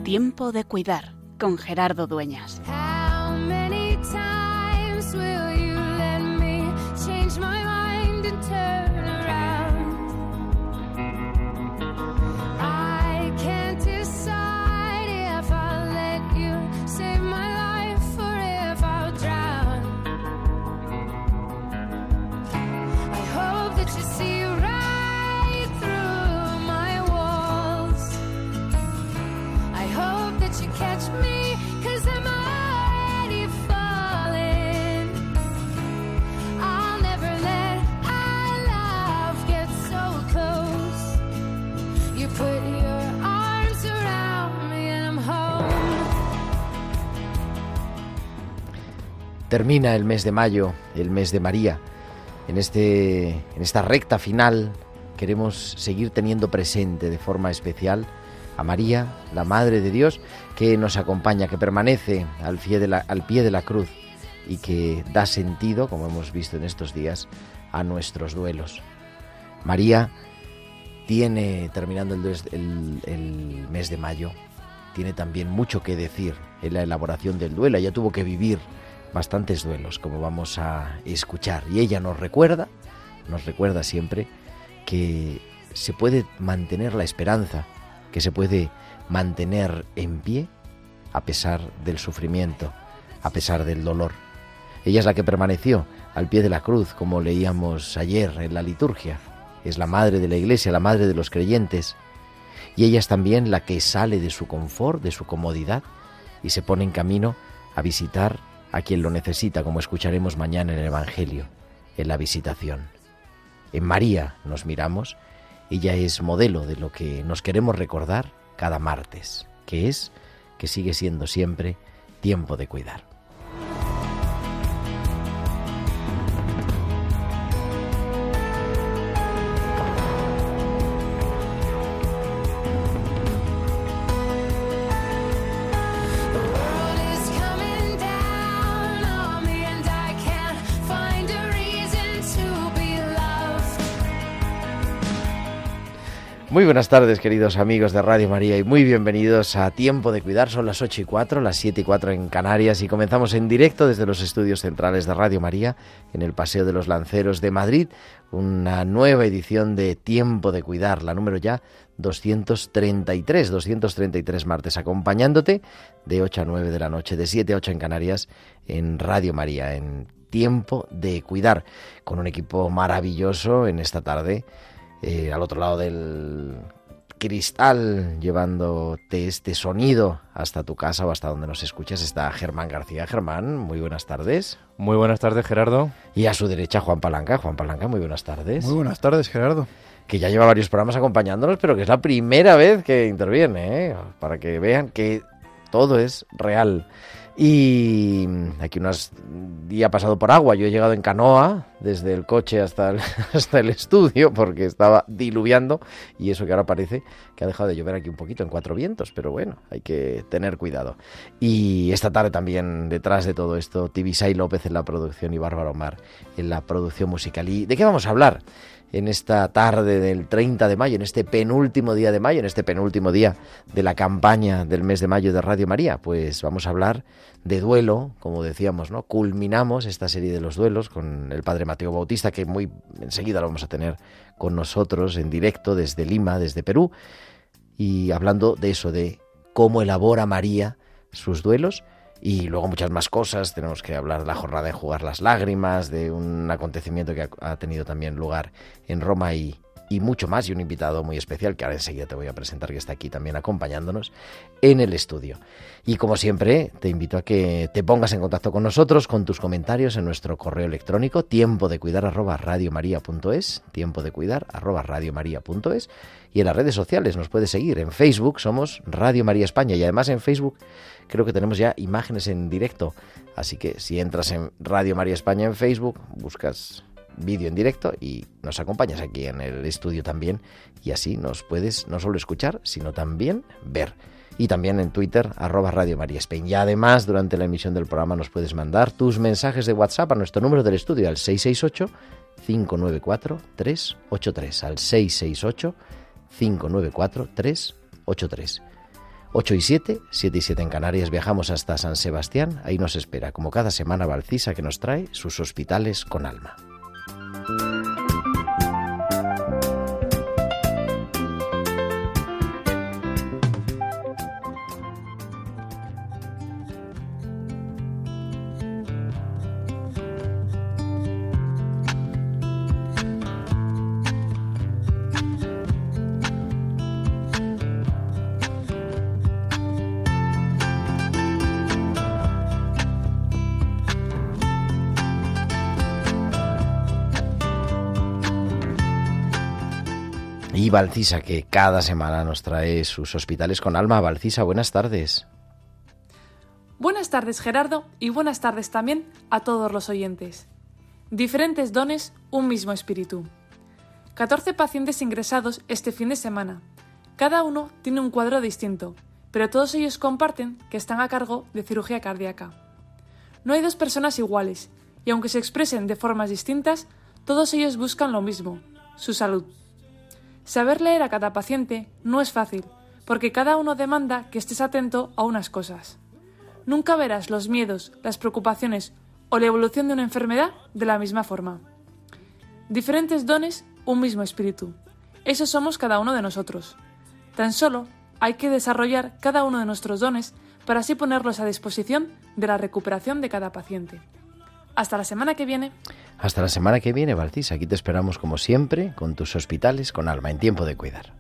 Tiempo de Cuidar, con Gerardo Dueñas. Termina el mes de mayo, el mes de María. En esta recta final queremos seguir teniendo presente de forma especial a María, la Madre de Dios, que nos acompaña, que permanece al pie de la cruz y que da sentido, como hemos visto en estos días, a nuestros duelos. María tiene, terminando el mes de mayo, tiene también mucho que decir en la elaboración del duelo. Ella tuvo que vivir bastantes duelos, como vamos a escuchar, y ella nos recuerda siempre que se puede mantener la esperanza, que se puede mantener en pie a pesar del sufrimiento, a pesar del dolor. Ella es la que permaneció al pie de la cruz, como leíamos ayer en la liturgia. Es la madre de la Iglesia, la madre de los creyentes, y ella es también la que sale de su confort, de su comodidad, y se pone en camino a visitar a quien lo necesita, como escucharemos mañana en el Evangelio, en la visitación. En María nos miramos, ella es modelo de lo que nos queremos recordar cada martes, que sigue siendo siempre tiempo de cuidar. Muy buenas tardes, queridos amigos de Radio María, y muy bienvenidos a Tiempo de Cuidar. Son las 8:04, las 7:04 en Canarias, y comenzamos en directo desde los estudios centrales de Radio María, en el Paseo de los Lanceros de Madrid, una nueva edición de Tiempo de Cuidar, la número ya 233 martes, acompañándote de 8 a 9 de la noche, de 7 a 8 en Canarias, en Radio María, en Tiempo de Cuidar, con un equipo maravilloso en esta tarde. Al otro lado del cristal, llevándote este sonido hasta tu casa o hasta donde nos escuchas, está Germán García. Germán, muy buenas tardes. Muy buenas tardes, Gerardo. Y a su derecha, Juan Palanca. Juan Palanca, muy buenas tardes. Muy buenas tardes, Gerardo. Que ya lleva varios programas acompañándonos, pero que es la primera vez que interviene, para que vean que todo es real. Y aquí unos días pasado por agua, yo he llegado en canoa desde el coche hasta el estudio porque estaba diluviando, y eso que ahora parece que ha dejado de llover aquí un poquito en Cuatro Vientos, pero bueno, hay que tener cuidado. Y esta tarde también, detrás de todo esto, Tibisay López en la producción y Bárbara Omar en la producción musical. ¿Y de qué vamos a hablar en esta tarde del 30 de mayo, en este penúltimo día de mayo, en este penúltimo día de la campaña del mes de mayo de Radio María? Pues vamos a hablar de duelo, como decíamos, ¿no? Culminamos esta serie de los duelos con el padre Mateo Bautista, que muy enseguida lo vamos a tener con nosotros en directo desde Lima, desde Perú, y hablando de eso, de cómo elabora María sus duelos. Y luego muchas más cosas. Tenemos que hablar de la jornada de Jugar las Lágrimas, de un acontecimiento que ha tenido también lugar en Roma y mucho más, y un invitado muy especial que ahora enseguida te voy a presentar, que está aquí también acompañándonos en el estudio. Y como siempre, te invito a que te pongas en contacto con nosotros con tus comentarios en nuestro correo electrónico tiempodecuidar@radiomaria.es, tiempodecuidar@radiomaria.es, y en las redes sociales nos puedes seguir. En Facebook somos Radio María España, y además en Facebook creo que tenemos ya imágenes en directo, así que si entras en Radio María España en Facebook, buscas vídeo en directo y nos acompañas aquí en el estudio también, y así nos puedes no solo escuchar, sino también ver. Y también en Twitter, @Radio María España. Y además, durante la emisión del programa nos puedes mandar tus mensajes de WhatsApp a nuestro número del estudio, al 668-594-383, al 668-594-383. 8 y 7, 7 y 7 en Canarias, viajamos hasta San Sebastián. Ahí nos espera, como cada semana, Valcisa, que nos trae sus hospitales con alma. Y Valcisa, que cada semana nos trae sus hospitales con alma. Valcisa, buenas tardes. Buenas tardes, Gerardo, y buenas tardes también a todos los oyentes. Diferentes dones, un mismo espíritu. 14 pacientes ingresados este fin de semana. Cada uno tiene un cuadro distinto, pero todos ellos comparten que están a cargo de cirugía cardíaca. No hay dos personas iguales, y aunque se expresen de formas distintas, todos ellos buscan lo mismo, su salud. Saber leer a cada paciente no es fácil, porque cada uno demanda que estés atento a unas cosas. Nunca verás los miedos, las preocupaciones o la evolución de una enfermedad de la misma forma. Diferentes dones, un mismo espíritu. Eso somos cada uno de nosotros. Tan solo hay que desarrollar cada uno de nuestros dones para así ponerlos a disposición de la recuperación de cada paciente. Hasta la semana que viene. Hasta la semana que viene, Valcisa. Aquí te esperamos como siempre con tus hospitales con alma en Tiempo de Cuidar.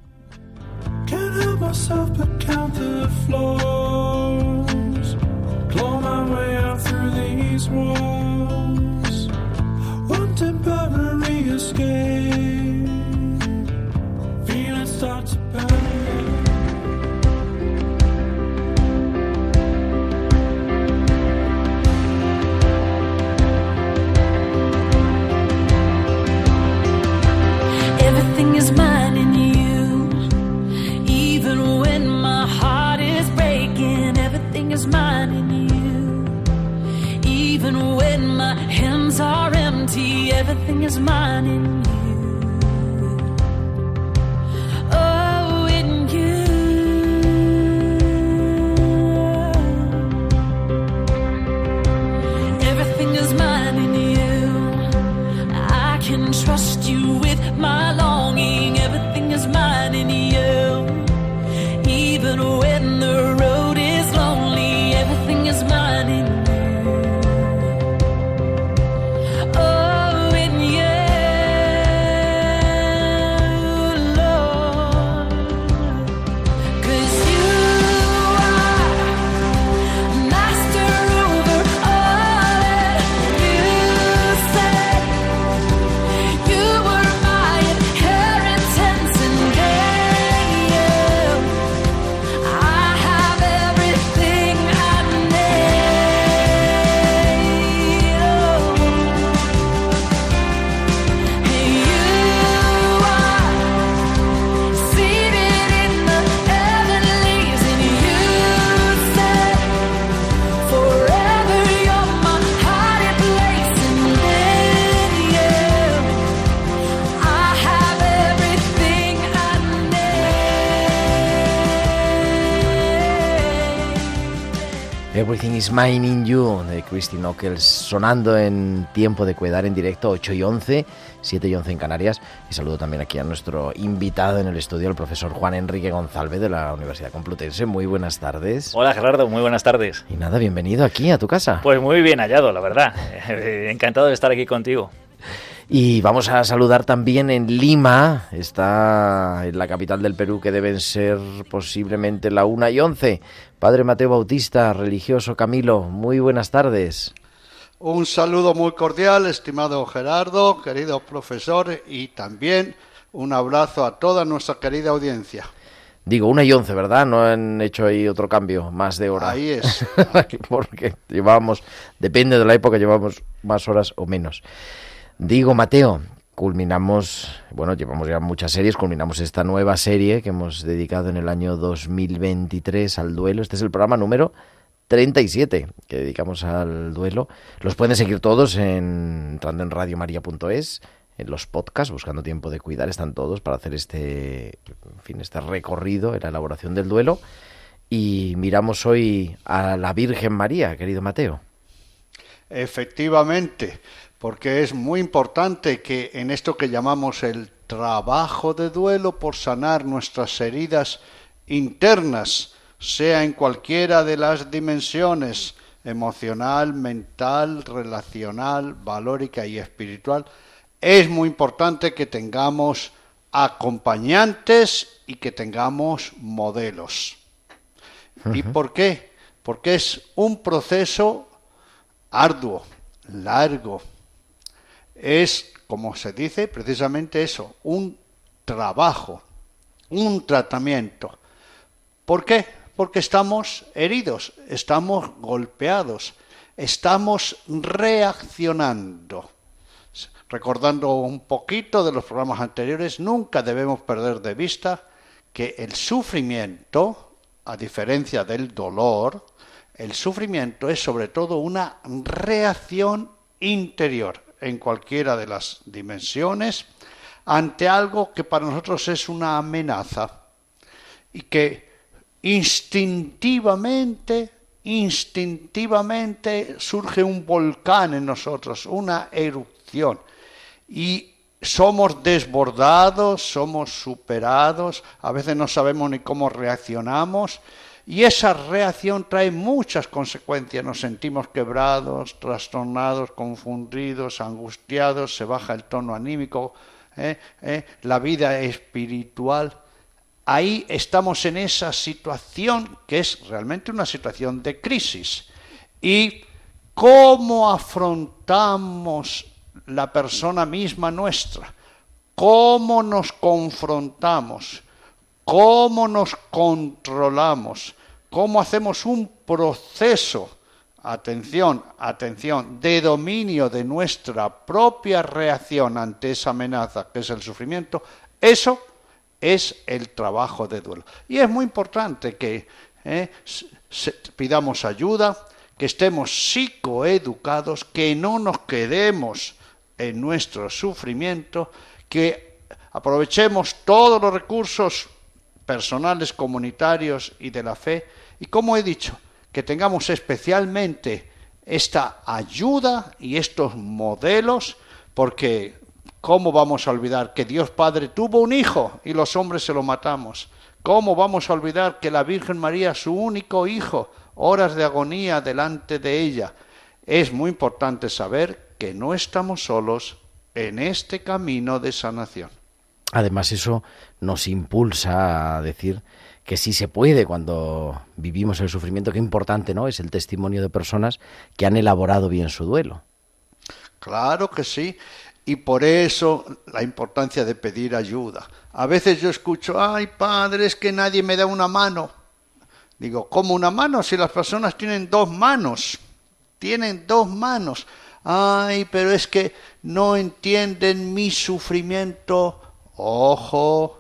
Everything is mine in you. Even when my heart is breaking, everything is mine in you. Even when my hands are empty, everything is mine in you. Oh, in you. Everything is mine in you. I can trust you with my longing, everything is mine in you. Even when the road is lonely, everything is mine in you. Oh, in you, Lord. 'Cause you are master over all. You said you were my inheritance, and in you I have everything I need. You are seated in the heavenlies, and you said forever you're my hiding place, and in you I have everything I need. Everything is mine in you, de Christy Nockels, sonando en Tiempo de Cuidar en directo, 8 y 11, 7 y 11 en Canarias. Y saludo también aquí a nuestro invitado en el estudio, el profesor Juan Enrique González de la Universidad Complutense. Muy buenas tardes. Hola Gerardo, muy buenas tardes. Y nada, bienvenido aquí a tu casa. Pues muy bien hallado, la verdad. Encantado de estar aquí contigo. Y vamos a saludar también en Lima, está en la capital del Perú, que deben ser posiblemente la 1 y 11. Padre Mateo Bautista, religioso Camilo, muy buenas tardes. Un saludo muy cordial, estimado Gerardo, querido profesor, y también un abrazo a toda nuestra querida audiencia. Digo, 1 y 11, ¿verdad? No han hecho ahí otro cambio, más de hora. Ahí es. Porque llevábamos, depende de la época, llevamos más horas o menos. Digo, Mateo, culminamos, bueno, llevamos ya muchas series, culminamos esta nueva serie que hemos dedicado en el año 2023 al duelo. Este es el programa número 37 que dedicamos al duelo. Los pueden seguir todos entrando en radiomaria.es, en los podcasts, buscando Tiempo de Cuidar, están todos para hacer este recorrido en la elaboración del duelo. y miramos hoy a la Virgen María, querido Mateo. Efectivamente, porque es muy importante que en esto que llamamos el trabajo de duelo por sanar nuestras heridas internas, sea en cualquiera de las dimensiones, emocional, mental, relacional, valórica y espiritual, es muy importante que tengamos acompañantes y que tengamos modelos. ¿Y por qué? Porque es un proceso arduo, largo. Es, como se dice, precisamente eso, un trabajo, un tratamiento. ¿Por qué? Porque estamos heridos, estamos golpeados, estamos reaccionando. Recordando un poquito de los programas anteriores, nunca debemos perder de vista que el sufrimiento, a diferencia del dolor, el sufrimiento es sobre todo una reacción interior en cualquiera de las dimensiones ante algo que para nosotros es una amenaza y que instintivamente surge un volcán en nosotros, una erupción. Y somos desbordados, somos superados, a veces no sabemos ni cómo reaccionamos, y esa reacción trae muchas consecuencias. Nos sentimos quebrados, trastornados, confundidos, angustiados, se baja el tono anímico, la vida espiritual. Ahí estamos en esa situación que es realmente una situación de crisis. ¿Y cómo afrontamos la persona misma nuestra? ¿Cómo nos confrontamos? ¿Cómo nos controlamos? ¿Cómo hacemos un proceso, atención, de dominio de nuestra propia reacción ante esa amenaza que es el sufrimiento? Eso es el trabajo de duelo. Y es muy importante que pidamos ayuda, que estemos psicoeducados, que no nos quedemos en nuestro sufrimiento, que aprovechemos todos los recursos personales, comunitarios y de la fe, y como he dicho, que tengamos especialmente esta ayuda y estos modelos, porque ¿cómo vamos a olvidar que Dios Padre tuvo un hijo y los hombres se lo matamos? ¿Cómo vamos a olvidar que la Virgen María, su único hijo, horas de agonía delante de ella? Es muy importante saber que no estamos solos en este camino de sanación. Además, eso nos impulsa a decir que sí se puede cuando vivimos el sufrimiento. Qué importante, ¿no? Es el testimonio de personas que han elaborado bien su duelo. Claro que sí. Y por eso la importancia de pedir ayuda. A veces yo escucho, ay, padre, es que nadie me da una mano. Digo, ¿cómo una mano? Si las personas tienen dos manos. Tienen dos manos. Ay, pero es que no entienden mi sufrimiento. Ojo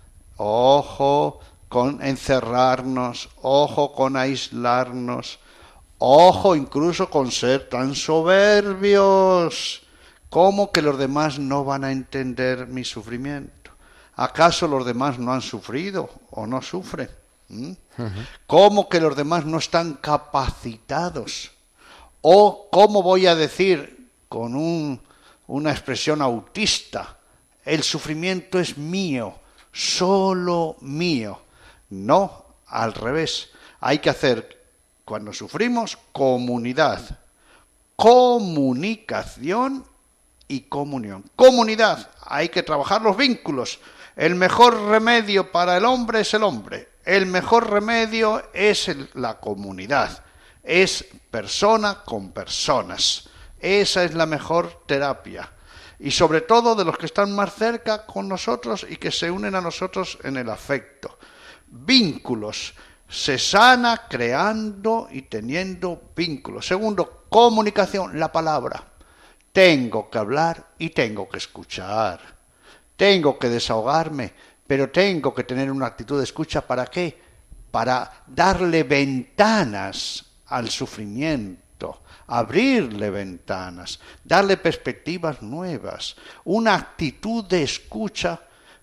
con encerrarnos, ojo con aislarnos, ojo incluso con ser tan soberbios. ¿Cómo que los demás no van a entender mi sufrimiento? ¿Acaso los demás no han sufrido o no sufren? ¿Cómo que los demás no están capacitados? ¿O cómo voy a decir con una expresión autista, el sufrimiento es mío, solo mío? No, al revés. Hay que hacer, cuando sufrimos, comunidad, comunicación y comunión. Comunidad, hay que trabajar los vínculos. El mejor remedio para el hombre es el hombre. El mejor remedio es la comunidad. Es persona con personas. Esa es la mejor terapia. Y sobre todo de los que están más cerca con nosotros y que se unen a nosotros en el afecto. Vínculos. Se sana creando y teniendo vínculos. Segundo, comunicación, la palabra. Tengo que hablar y tengo que escuchar. Tengo que desahogarme, pero tengo que tener una actitud de escucha. ¿Para qué? Para darle ventanas al sufrimiento, abrirle ventanas, darle perspectivas nuevas, una actitud de escucha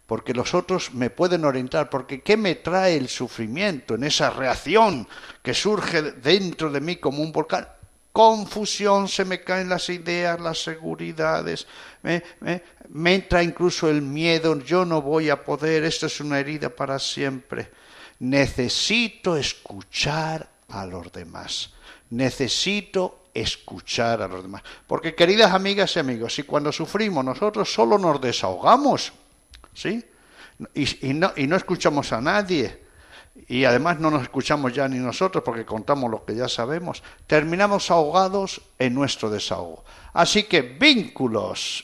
porque los otros me pueden orientar, porque ¿qué me trae el sufrimiento en esa reacción que surge dentro de mí como un volcán? Confusión, se me caen las ideas, las seguridades, me entra incluso el miedo, yo no voy a poder, esto es una herida para siempre. Necesito escuchar a los demás, necesito escuchar a los demás. Porque, queridas amigas y amigos, si cuando sufrimos nosotros solo nos desahogamos, ¿sí? Y no escuchamos a nadie, y además no nos escuchamos ya ni nosotros porque contamos lo que ya sabemos, terminamos ahogados en nuestro desahogo. Así que vínculos,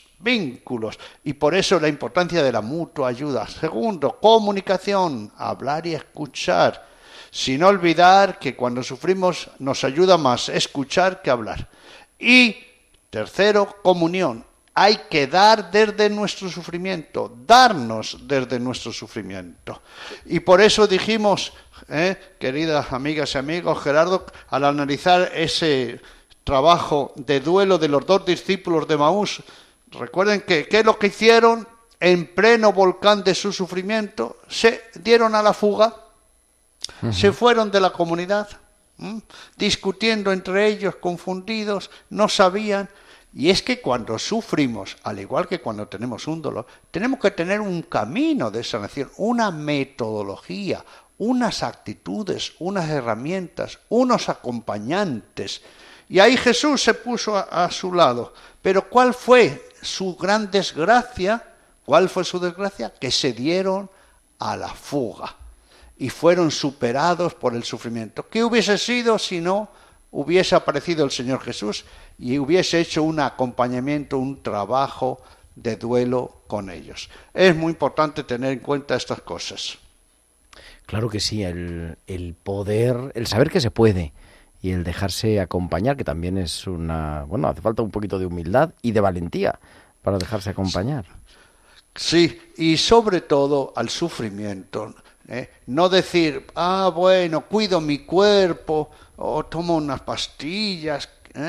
y por eso la importancia de la mutua ayuda. Segundo, comunicación, hablar y escuchar, sin olvidar que cuando sufrimos nos ayuda más escuchar que hablar. Y tercero, comunión. Hay que dar desde nuestro sufrimiento, darnos desde nuestro sufrimiento. Y por eso dijimos, queridas amigas y amigos, Gerardo, al analizar ese trabajo de duelo de los 2 discípulos de Emaús, recuerden que ¿qué es lo que hicieron? En pleno volcán de su sufrimiento, se dieron a la fuga, se fueron de la comunidad, discutiendo entre ellos, confundidos, no sabían. Y es que cuando sufrimos, al igual que cuando tenemos un dolor, tenemos que tener un camino de sanación, una metodología, unas actitudes, unas herramientas, unos acompañantes. Y ahí Jesús se puso a su lado. Pero ¿cuál fue su gran desgracia? ¿Cuál fue su desgracia? Que se dieron a la fuga y fueron superados por el sufrimiento. ¿Qué hubiese sido si no hubiese aparecido el Señor Jesús y hubiese hecho un acompañamiento, un trabajo de duelo con ellos? Es muy importante tener en cuenta estas cosas. Claro que sí, el poder, el saber que se puede y el dejarse acompañar, que también es hace falta un poquito de humildad y de valentía para dejarse acompañar. Sí, y sobre todo al sufrimiento, no decir, bueno, cuido mi cuerpo o tomo unas pastillas,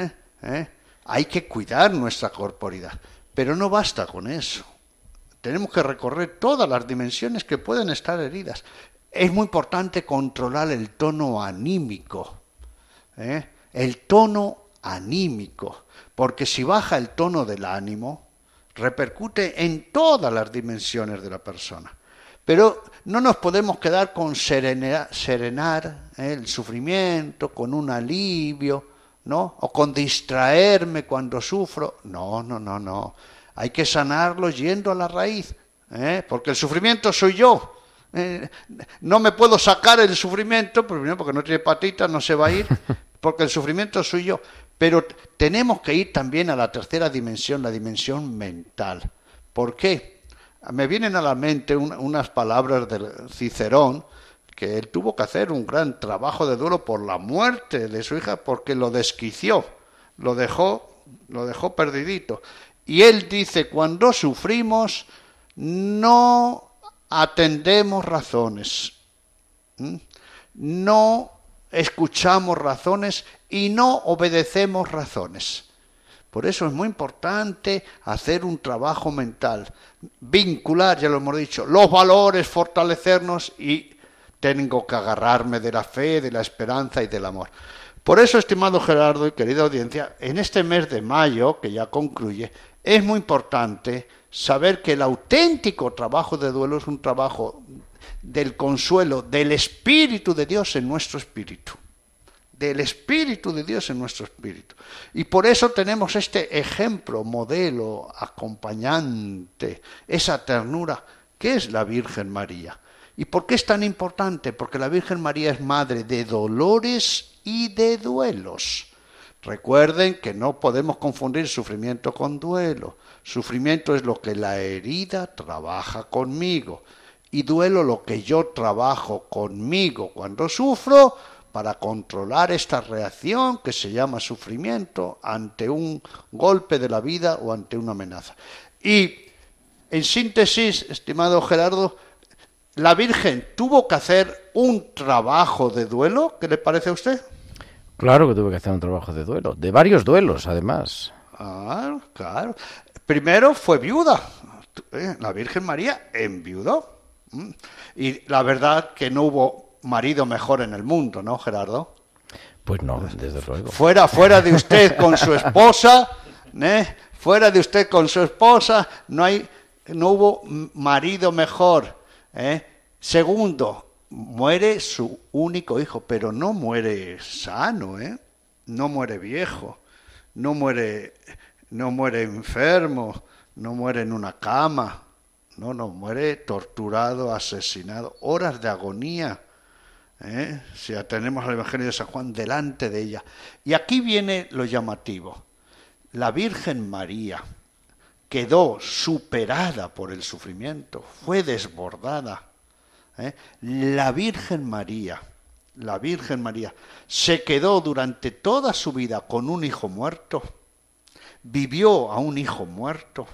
Hay que cuidar nuestra corporidad, pero no basta con eso. Tenemos que recorrer todas las dimensiones que pueden estar heridas. Es muy importante controlar el tono anímico, el tono anímico, porque si baja el tono del ánimo, repercute en todas las dimensiones de la persona. Pero no nos podemos quedar con serenar el sufrimiento, con un alivio, ¿no? O con distraerme cuando sufro. No. Hay que sanarlo yendo a la raíz, porque el sufrimiento soy yo. No me puedo sacar el sufrimiento, primero porque no tiene patitas, no se va a ir, porque el sufrimiento soy yo. Pero tenemos que ir también a la tercera dimensión, la dimensión mental. ¿Por qué? Me vienen a la mente unas palabras de Cicerón, que él tuvo que hacer un gran trabajo de duelo por la muerte de su hija, porque lo desquició, lo dejó perdidito. Y él dice, cuando sufrimos, no atendemos razones, no escuchamos razones y no obedecemos razones. Por eso es muy importante hacer un trabajo mental, vincular, ya lo hemos dicho, los valores, fortalecernos, y tengo que agarrarme de la fe, de la esperanza y del amor. Por eso, estimado Gerardo y querida audiencia, en este mes de mayo, que ya concluye, es muy importante saber que el auténtico trabajo de duelo es un trabajo del consuelo, del Espíritu de Dios en nuestro espíritu. Del Espíritu de Dios en nuestro espíritu. Y por eso tenemos este ejemplo, modelo, acompañante, esa ternura que es la Virgen María. ¿Y por qué es tan importante? Porque la Virgen María es madre de dolores y de duelos. Recuerden que no podemos confundir sufrimiento con duelo. Sufrimiento es lo que la herida trabaja conmigo, y duelo lo que yo trabajo conmigo cuando sufro, para controlar esta reacción que se llama sufrimiento ante un golpe de la vida o ante una amenaza. Y, en síntesis, estimado Gerardo, la Virgen tuvo que hacer un trabajo de duelo, ¿qué le parece a usted? Claro que tuvo que hacer un trabajo de duelo, de varios duelos, además. Claro. Primero fue viuda, La Virgen María enviudó. Y la verdad que no hubo marido mejor en el mundo, ¿no, Gerardo? Pues no, desde luego. Fuera de usted con su esposa, fuera de usted con su esposa, no hubo marido mejor. Segundo, muere su único hijo, pero no muere sano, no muere viejo, no muere enfermo, no muere en una cama, no, muere torturado, asesinado, horas de agonía. Si atendemos al Evangelio de San Juan, delante de ella. Y aquí viene lo llamativo. La Virgen María quedó superada por el sufrimiento, fue desbordada. La Virgen María se quedó durante toda su vida con un hijo muerto, vivió a un hijo muerto,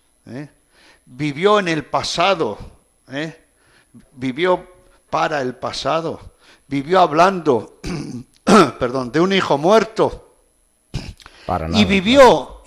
vivió en el pasado, vivió para el pasado, vivió hablando, de un hijo muerto. Para nada, y vivió,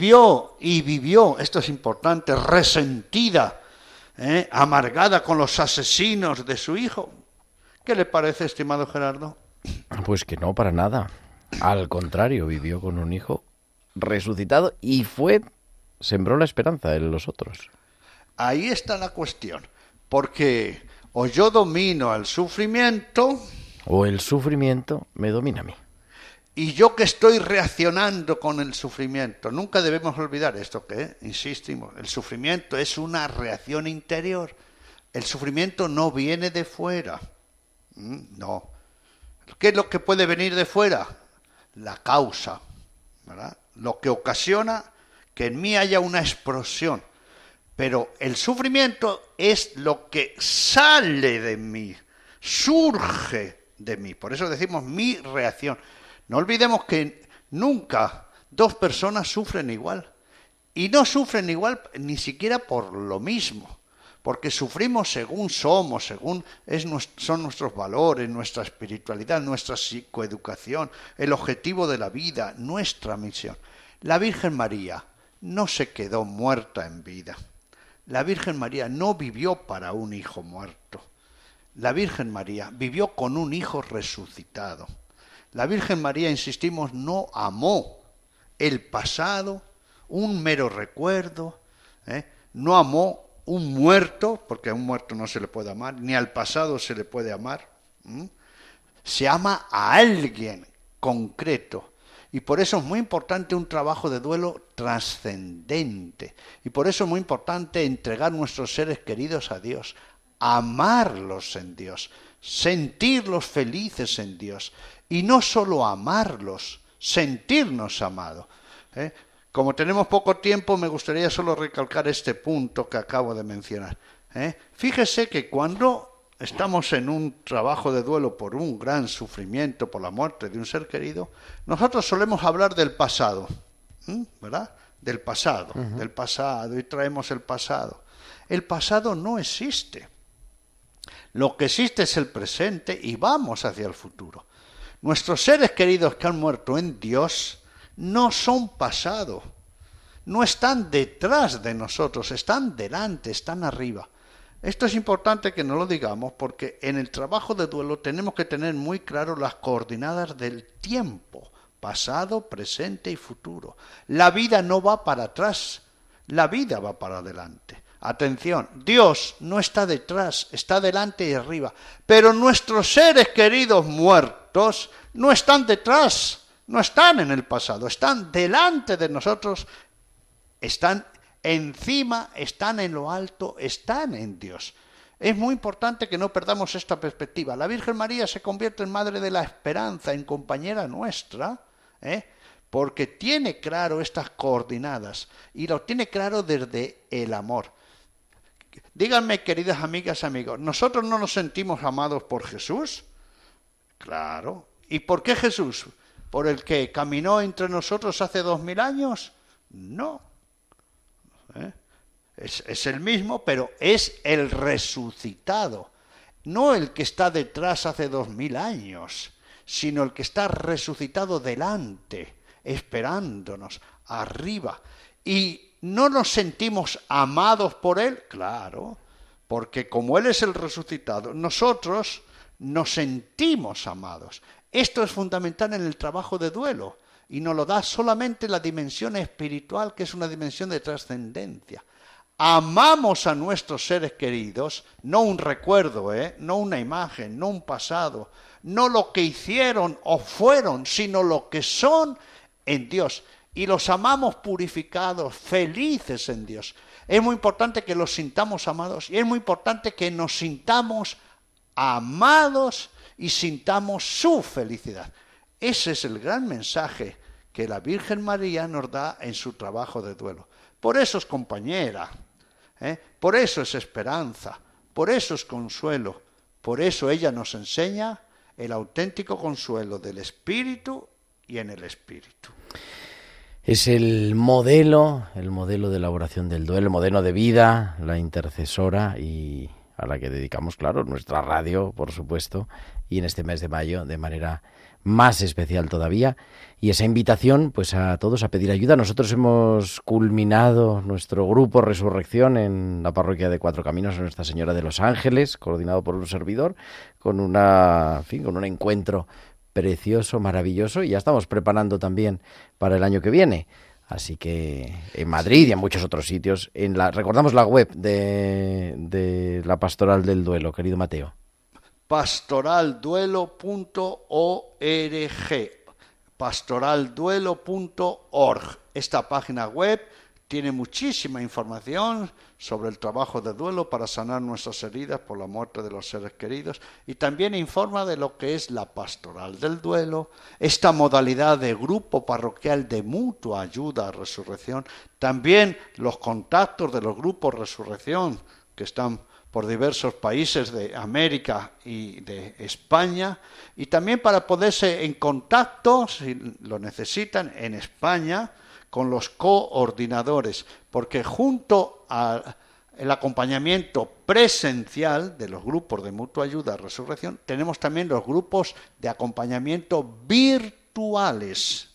esto es importante, resentida, amargada con los asesinos de su hijo. ¿Qué le parece, estimado Gerardo? Pues que no, para nada. Al contrario, vivió con un hijo resucitado y sembró la esperanza en los otros. Ahí está la cuestión, porque o yo domino al sufrimiento, o el sufrimiento me domina a mí. Y yo que estoy reaccionando con el sufrimiento. Nunca debemos olvidar esto que, insistimos, el sufrimiento es una reacción interior. El sufrimiento no viene de fuera. No. ¿Qué es lo que puede venir de fuera? La causa, ¿verdad? Lo que ocasiona que en mí haya una explosión. Pero el sufrimiento es lo que sale de mí, surge de mí. Por eso decimos mi reacción. No olvidemos que nunca dos personas sufren igual. Y no sufren igual ni siquiera por lo mismo. Porque sufrimos según somos, son nuestros valores, nuestra espiritualidad, nuestra psicoeducación, el objetivo de la vida, nuestra misión. La Virgen María no se quedó muerta en vida. La Virgen María no vivió para un hijo muerto. La Virgen María vivió con un hijo resucitado. La Virgen María, insistimos, no amó el pasado, un mero recuerdo, no amó un muerto, porque a un muerto no se le puede amar, ni al pasado se le puede amar. Se ama a alguien concreto. Y por eso es muy importante un trabajo de duelo trascendente. Y por eso es muy importante entregar nuestros seres queridos a Dios, amarlos en Dios, sentirlos felices en Dios. Y no solo amarlos, sentirnos amados. Como tenemos poco tiempo, me gustaría solo recalcar este punto que acabo de mencionar. Fíjese que cuando estamos en un trabajo de duelo por un gran sufrimiento, por la muerte de un ser querido, nosotros solemos hablar del pasado, ¿verdad? Del pasado, y traemos el pasado. El pasado no existe. Lo que existe es el presente y vamos hacia el futuro. Nuestros seres queridos que han muerto en Dios no son pasado, no están detrás de nosotros, están delante, están arriba. Esto es importante que no lo digamos porque en el trabajo de duelo tenemos que tener muy claro las coordenadas del tiempo, pasado, presente y futuro. La vida no va para atrás, la vida va para adelante. Atención, Dios no está detrás, está delante y arriba, pero nuestros seres queridos muertos no están detrás, no están en el pasado, están delante de nosotros, están encima, están en lo alto, están en Dios. Es muy importante que no perdamos esta perspectiva. La Virgen María se convierte en madre de la esperanza, en compañera nuestra, porque tiene claro estas coordenadas y lo tiene claro desde el amor. Díganme, queridas amigas, amigos, ¿nosotros no nos sentimos amados por Jesús? Claro. ¿Y por qué Jesús? ¿Por el que caminó entre nosotros hace 2000 años? No. Es el mismo, pero es el resucitado. No el que está detrás hace 2000 años, sino el que está resucitado delante, esperándonos, arriba. Y ¿No nos sentimos amados por Él? Claro, porque como Él es el resucitado, nosotros nos sentimos amados. Esto es fundamental en el trabajo de duelo y nos lo da solamente la dimensión espiritual, que es una dimensión de trascendencia. Amamos a nuestros seres queridos, no un recuerdo, no una imagen, no un pasado, no lo que hicieron o fueron, sino lo que son en Dios. Y los amamos purificados, felices en Dios. Es muy importante que los sintamos amados y es muy importante que nos sintamos amados y sintamos su felicidad. Ese es el gran mensaje que la Virgen María nos da en su trabajo de duelo. Por eso es compañera, por eso es esperanza, por eso es consuelo, por eso ella nos enseña el auténtico consuelo del Espíritu y en el Espíritu. Es el modelo de elaboración del duelo, el modelo de vida, la intercesora y a la que dedicamos, claro, nuestra radio, por supuesto, y en este mes de mayo de manera más especial todavía. Y esa invitación, pues a todos a pedir ayuda. Nosotros hemos culminado nuestro grupo Resurrección en la parroquia de Cuatro Caminos de Nuestra Señora de los Ángeles, coordinado por un servidor, con un encuentro precioso, maravilloso, y ya estamos preparando también para el año que viene. Así que en Madrid y en muchos otros sitios. Recordamos la web de la Pastoral del Duelo, querido Mateo. pastoralduelo.org, pastoralduelo.org. Esta página web tiene muchísima información sobre el trabajo de duelo para sanar nuestras heridas por la muerte de los seres queridos, y también informa de lo que es la pastoral del duelo, esta modalidad de grupo parroquial de mutua ayuda a Resurrección, también los contactos de los grupos Resurrección que están por diversos países de América y de España, y también para ponerse en contacto, si lo necesitan, en España, con los coordinadores, porque junto al acompañamiento presencial de los grupos de mutua ayuda a Resurrección, tenemos también los grupos de acompañamiento virtuales.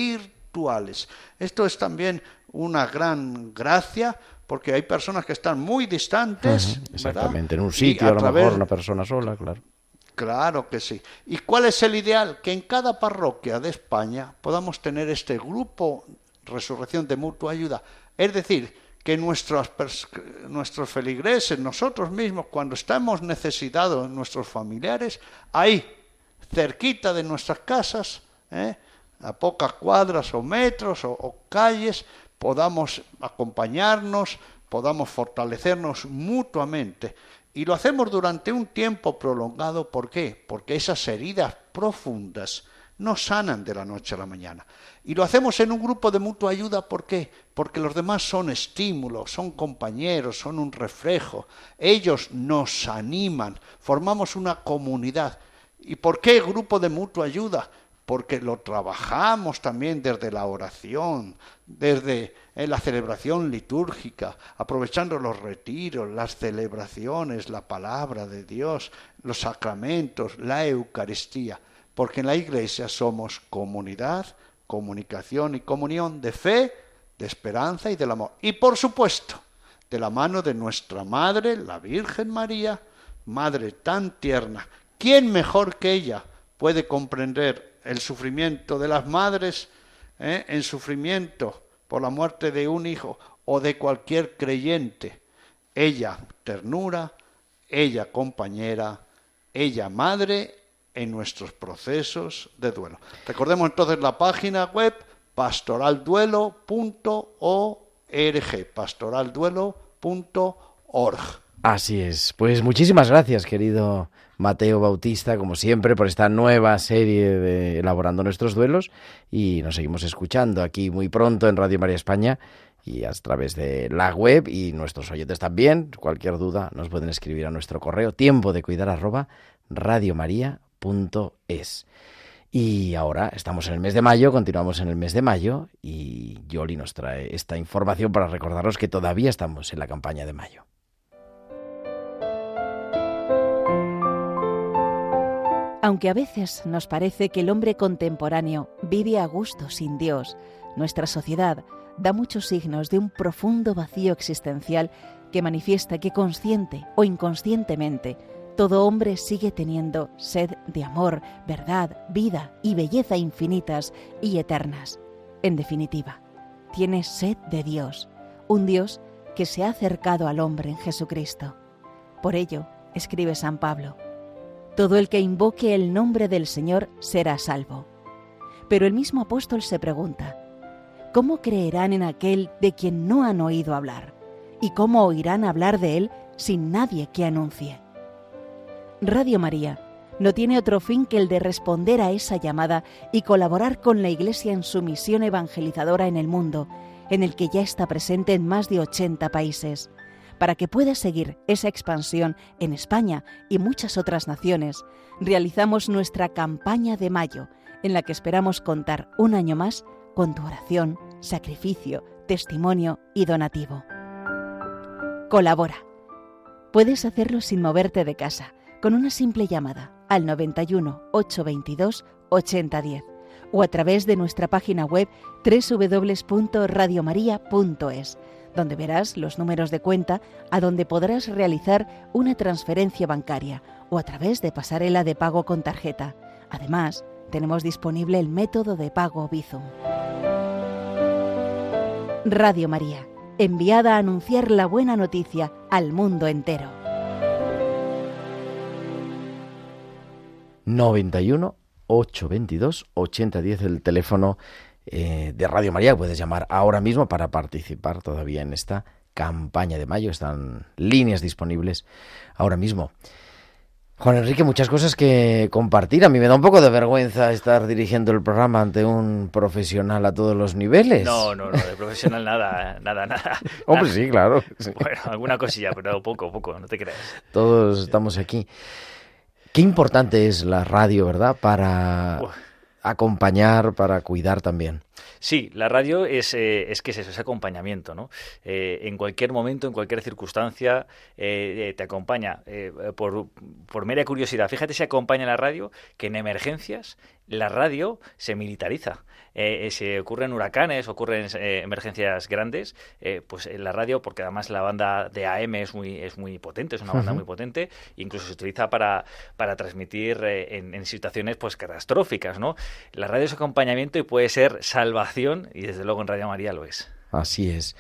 Esto es también una gran gracia, porque hay personas que están muy distantes, exactamente, ¿verdad? En un sitio, a lo mejor una persona sola, claro. Claro que sí. ¿Y cuál es el ideal? Que en cada parroquia de España podamos tener este grupo Resurrección de mutua ayuda. Es decir, que nuestros feligreses, nosotros mismos, cuando estamos necesitados, nuestros familiares, ahí, cerquita de nuestras casas, a pocas cuadras o metros o calles, podamos acompañarnos, podamos fortalecernos mutuamente. Y lo hacemos durante un tiempo prolongado. ¿Por qué? Porque esas heridas profundas no sanan de la noche a la mañana. Y lo hacemos en un grupo de mutua ayuda. ¿Por qué? Porque los demás son estímulos, son compañeros, son un reflejo. Ellos nos animan, formamos una comunidad. ¿Y por qué grupo de mutua ayuda? Porque lo trabajamos también desde la oración, desde la celebración litúrgica, aprovechando los retiros, las celebraciones, la palabra de Dios, los sacramentos, la Eucaristía. Porque en la Iglesia somos comunidad, comunicación y comunión de fe, de esperanza y del amor. Y por supuesto, de la mano de nuestra Madre, la Virgen María, Madre tan tierna. ¿Quién mejor que ella puede comprender el sufrimiento de las madres, en sufrimiento por la muerte de un hijo o de cualquier creyente? Ella ternura, ella compañera, ella madre en nuestros procesos de duelo. Recordemos entonces la página web pastoralduelo.org, pastoralduelo.org. Así es. Pues muchísimas gracias, querido Mateo Bautista, como siempre, por esta nueva serie de Elaborando Nuestros Duelos, y nos seguimos escuchando aquí muy pronto en Radio María España y a través de la web, y nuestros oyentes también. Cualquier duda nos pueden escribir a nuestro correo tiempodecuidar@radiomaria.es. Y ahora estamos en el mes de mayo, continuamos en el mes de mayo, y Yoli nos trae esta información para recordaros que todavía estamos en la campaña de mayo. Aunque a veces nos parece que el hombre contemporáneo vive a gusto sin Dios, nuestra sociedad da muchos signos de un profundo vacío existencial que manifiesta que consciente o inconscientemente todo hombre sigue teniendo sed de amor, verdad, vida y belleza infinitas y eternas. En definitiva, tiene sed de Dios, un Dios que se ha acercado al hombre en Jesucristo. Por ello, escribe San Pablo, todo el que invoque el nombre del Señor será salvo. Pero el mismo apóstol se pregunta, ¿cómo creerán en aquel de quien no han oído hablar? ¿Y cómo oirán hablar de él sin nadie que anuncie? Radio María no tiene otro fin que el de responder a esa llamada y colaborar con la Iglesia en su misión evangelizadora en el mundo, en el que ya está presente en más de 80 países. Para que pueda seguir esa expansión en España y muchas otras naciones, realizamos nuestra campaña de mayo, en la que esperamos contar un año más con tu oración, sacrificio, testimonio y donativo. Colabora. Puedes hacerlo sin moverte de casa, con una simple llamada al 91 822 8010 o a través de nuestra página web www.radiomaria.es, donde verás los números de cuenta a donde podrás realizar una transferencia bancaria o a través de pasarela de pago con tarjeta. Además, tenemos disponible el método de pago Bizum. Radio María, enviada a anunciar la buena noticia al mundo entero. 91 822 8010, el teléfono de Radio María. Puedes llamar ahora mismo para participar todavía en esta campaña de mayo. Están líneas disponibles ahora mismo. Juan Enrique, muchas cosas que compartir. A mí me da un poco de vergüenza estar dirigiendo el programa ante un profesional a todos los niveles. No, de profesional nada. Hombre, sí, claro. Sí. Bueno, alguna cosilla, pero poco, no te creas. Todos estamos aquí. Qué importante es la radio, ¿verdad? Para acompañar, para cuidar también. Sí, la radio es que es eso, es acompañamiento, ¿no? En cualquier momento, en cualquier circunstancia, te acompaña por mera curiosidad. Fíjate si acompaña la radio, que en emergencias la radio se militariza. Se ocurren huracanes, ocurren emergencias grandes, pues en la radio, porque además la banda de AM es muy potente, es una banda muy potente, incluso se utiliza para transmitir en situaciones pues catastróficas, ¿no? La radio es acompañamiento y puede ser salvación, y desde luego en Radio María lo es. Así es.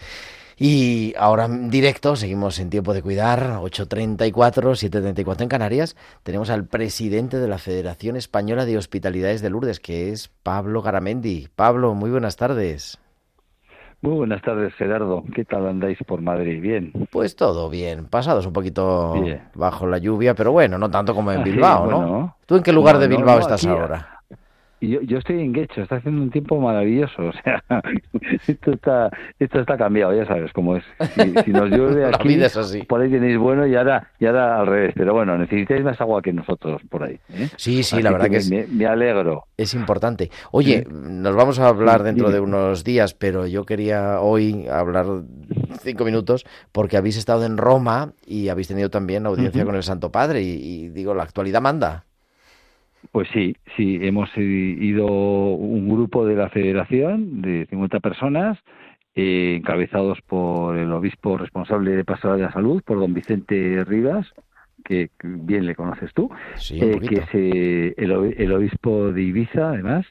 Y ahora en directo, seguimos en Tiempo de Cuidar, 8:34, 7:34 en Canarias. Tenemos al presidente de la Federación Española de Hospitalidades de Lourdes, que es Pablo Garamendi. Pablo, muy buenas tardes. Muy buenas tardes, Gerardo. ¿Qué tal andáis por Madrid? ¿Bien? Pues todo bien, pasados un poquito bajo la lluvia, pero bueno, no tanto como en Bilbao, sí, ¿no? Bueno, ¿Tú en qué lugar de Bilbao estás aquí, ahora? Yo estoy en Guecho, está haciendo un tiempo maravilloso, o sea, esto está cambiado, ya sabes cómo es. Si nos llueve aquí, la vida es así. Por ahí tenéis bueno y ahora al revés, pero bueno, necesitáis más agua que nosotros por ahí, ¿eh? Sí, así la verdad que me alegro. Es importante. Oye, nos vamos a hablar dentro de unos días, pero yo quería hoy hablar 5 minutos porque habéis estado en Roma y habéis tenido también audiencia con el Santo Padre y digo, la actualidad manda. Pues sí, hemos ido un grupo de la Federación de 50 personas, encabezados por el obispo responsable de Pastoral de la Salud, por don Vicente Rivas, que bien le conoces tú, sí, que es el obispo de Ibiza, además,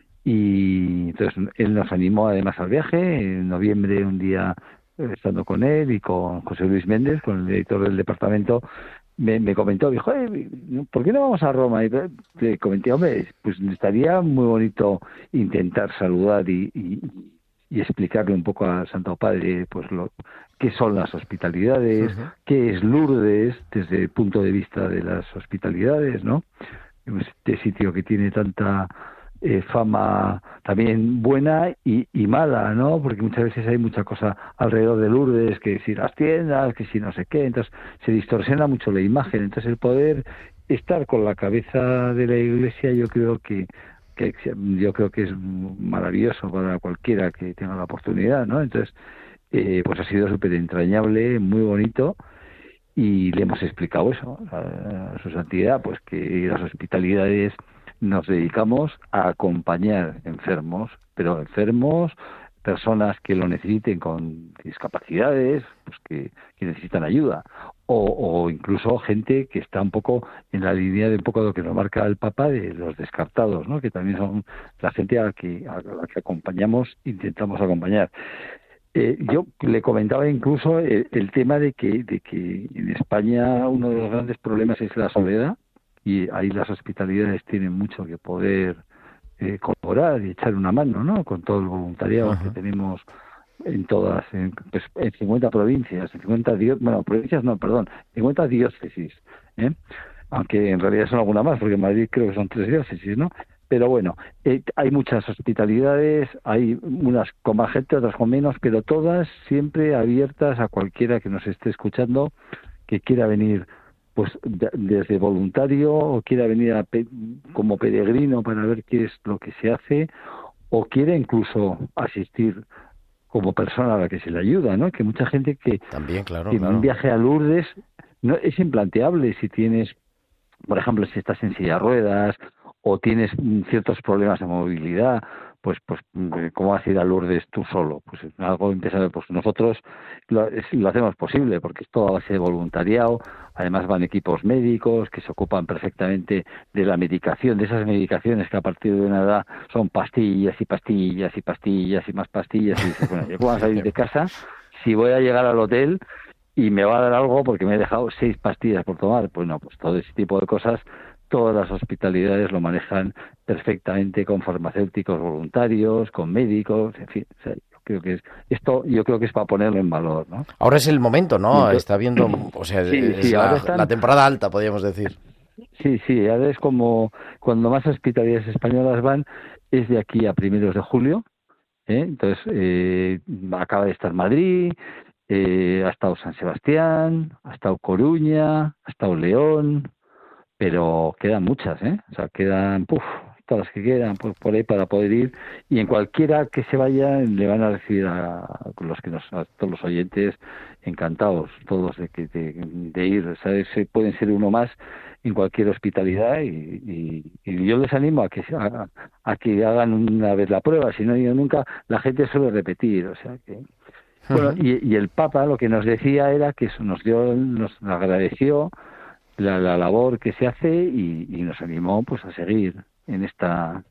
y entonces él nos animó además al viaje. En noviembre, un día, estando con él y con José Luis Méndez, con el director del departamento, me comentó, dijo, ¿por qué no vamos a Roma? Y le comenté, hombre, pues estaría muy bonito intentar saludar y explicarle un poco al Santo Padre pues qué son las hospitalidades, qué es Lourdes desde el punto de vista de las hospitalidades, ¿no? Este sitio que tiene tanta fama también buena y mala, ¿no? Porque muchas veces hay mucha cosa alrededor de Lourdes, que si las tiendas, que si no sé qué, entonces se distorsiona mucho la imagen. Entonces el poder estar con la cabeza de la Iglesia yo creo que es maravilloso para cualquiera que tenga la oportunidad, ¿no? Entonces pues ha sido súper entrañable, muy bonito, y le hemos explicado eso a su santidad, pues que las hospitalidades nos dedicamos a acompañar enfermos, pero enfermos personas que lo necesiten con discapacidades, pues que necesitan ayuda, o incluso gente que está un poco en la línea de un poco lo que nos marca el Papa de los descartados, ¿no? Que también son la gente a la que acompañamos, intentamos acompañar. Yo le comentaba incluso el tema de que en España uno de los grandes problemas es la soledad, y ahí las hospitalidades tienen mucho que poder colaborar y echar una mano, ¿no? Con todo el voluntariado que tenemos en todas, en 50 provincias, en 50 50 diócesis, aunque en realidad son alguna más, porque en Madrid creo que son 3 diócesis, ¿no? Pero bueno, hay muchas hospitalidades, hay unas con más gente, otras con menos, pero todas siempre abiertas a cualquiera que nos esté escuchando, que quiera venir pues desde voluntario o quiera venir como peregrino para ver qué es lo que se hace, o quiera incluso asistir como persona a la que se le ayuda, ¿no? Que mucha gente que también, claro. un viaje a Lourdes no es implanteable si tienes, por ejemplo, si estás en silla de ruedas o tienes ciertos problemas de movilidad, pues ¿cómo vas a ir a Lourdes tú solo? Pues es algo impensable. Pues nosotros lo hacemos posible, porque es todo a base de voluntariado. Además van equipos médicos que se ocupan perfectamente de la medicación, de esas medicaciones que a partir de una edad son pastillas y pastillas y pastillas y más pastillas. Y dices, bueno, ¿yo cómo voy a salir de casa si voy a llegar al hotel y me va a dar algo porque me he dejado 6 pastillas por tomar? Pues no, pues todo ese tipo de cosas todas las hospitalidades lo manejan perfectamente con farmacéuticos voluntarios, con médicos, en fin. O sea, yo creo que es para ponerlo en valor, ¿no? Ahora es el momento, ¿no? Está viendo, o sea, es la temporada alta, podríamos decir. Sí, ahora es como cuando más hospitalidades españolas van, es de aquí a 1 de julio, Entonces, acaba de estar Madrid, ha estado San Sebastián, ha estado Coruña, ha estado León, pero quedan muchas, o sea, quedan todas las que quedan por ahí para poder ir, y en cualquiera que se vaya le van a recibir a todos los oyentes encantados, todos de ir, ¿sabes? Pueden ser uno más en cualquier hospitalidad, y yo les animo a que hagan una vez la prueba. Si no han ido nunca, la gente suele repetir, o sea que bueno, y el Papa lo que nos decía era que nos agradeció la labor que se hace y nos animó pues a seguir en esta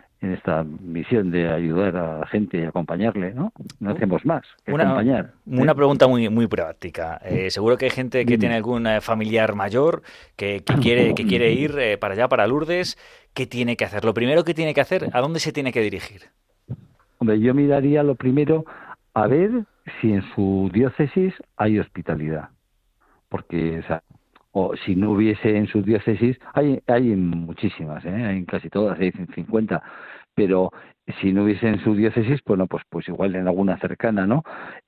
misión de ayudar a la gente y acompañarle, ¿no? No hacemos más que acompañar. Una pregunta muy práctica. Seguro que hay gente que tiene algún familiar mayor que quiere ir para allá, para Lourdes. ¿Qué tiene que hacer? Lo primero que tiene que hacer, ¿a dónde se tiene que dirigir? Hombre, yo miraría lo primero a ver si en su diócesis hay hospitalidad. Porque, o si no hubiese en sus diócesis, hay muchísimas, hay en casi todas, hay 50, pero si no hubiese en su diócesis, bueno, pues igual en alguna cercana, ¿no?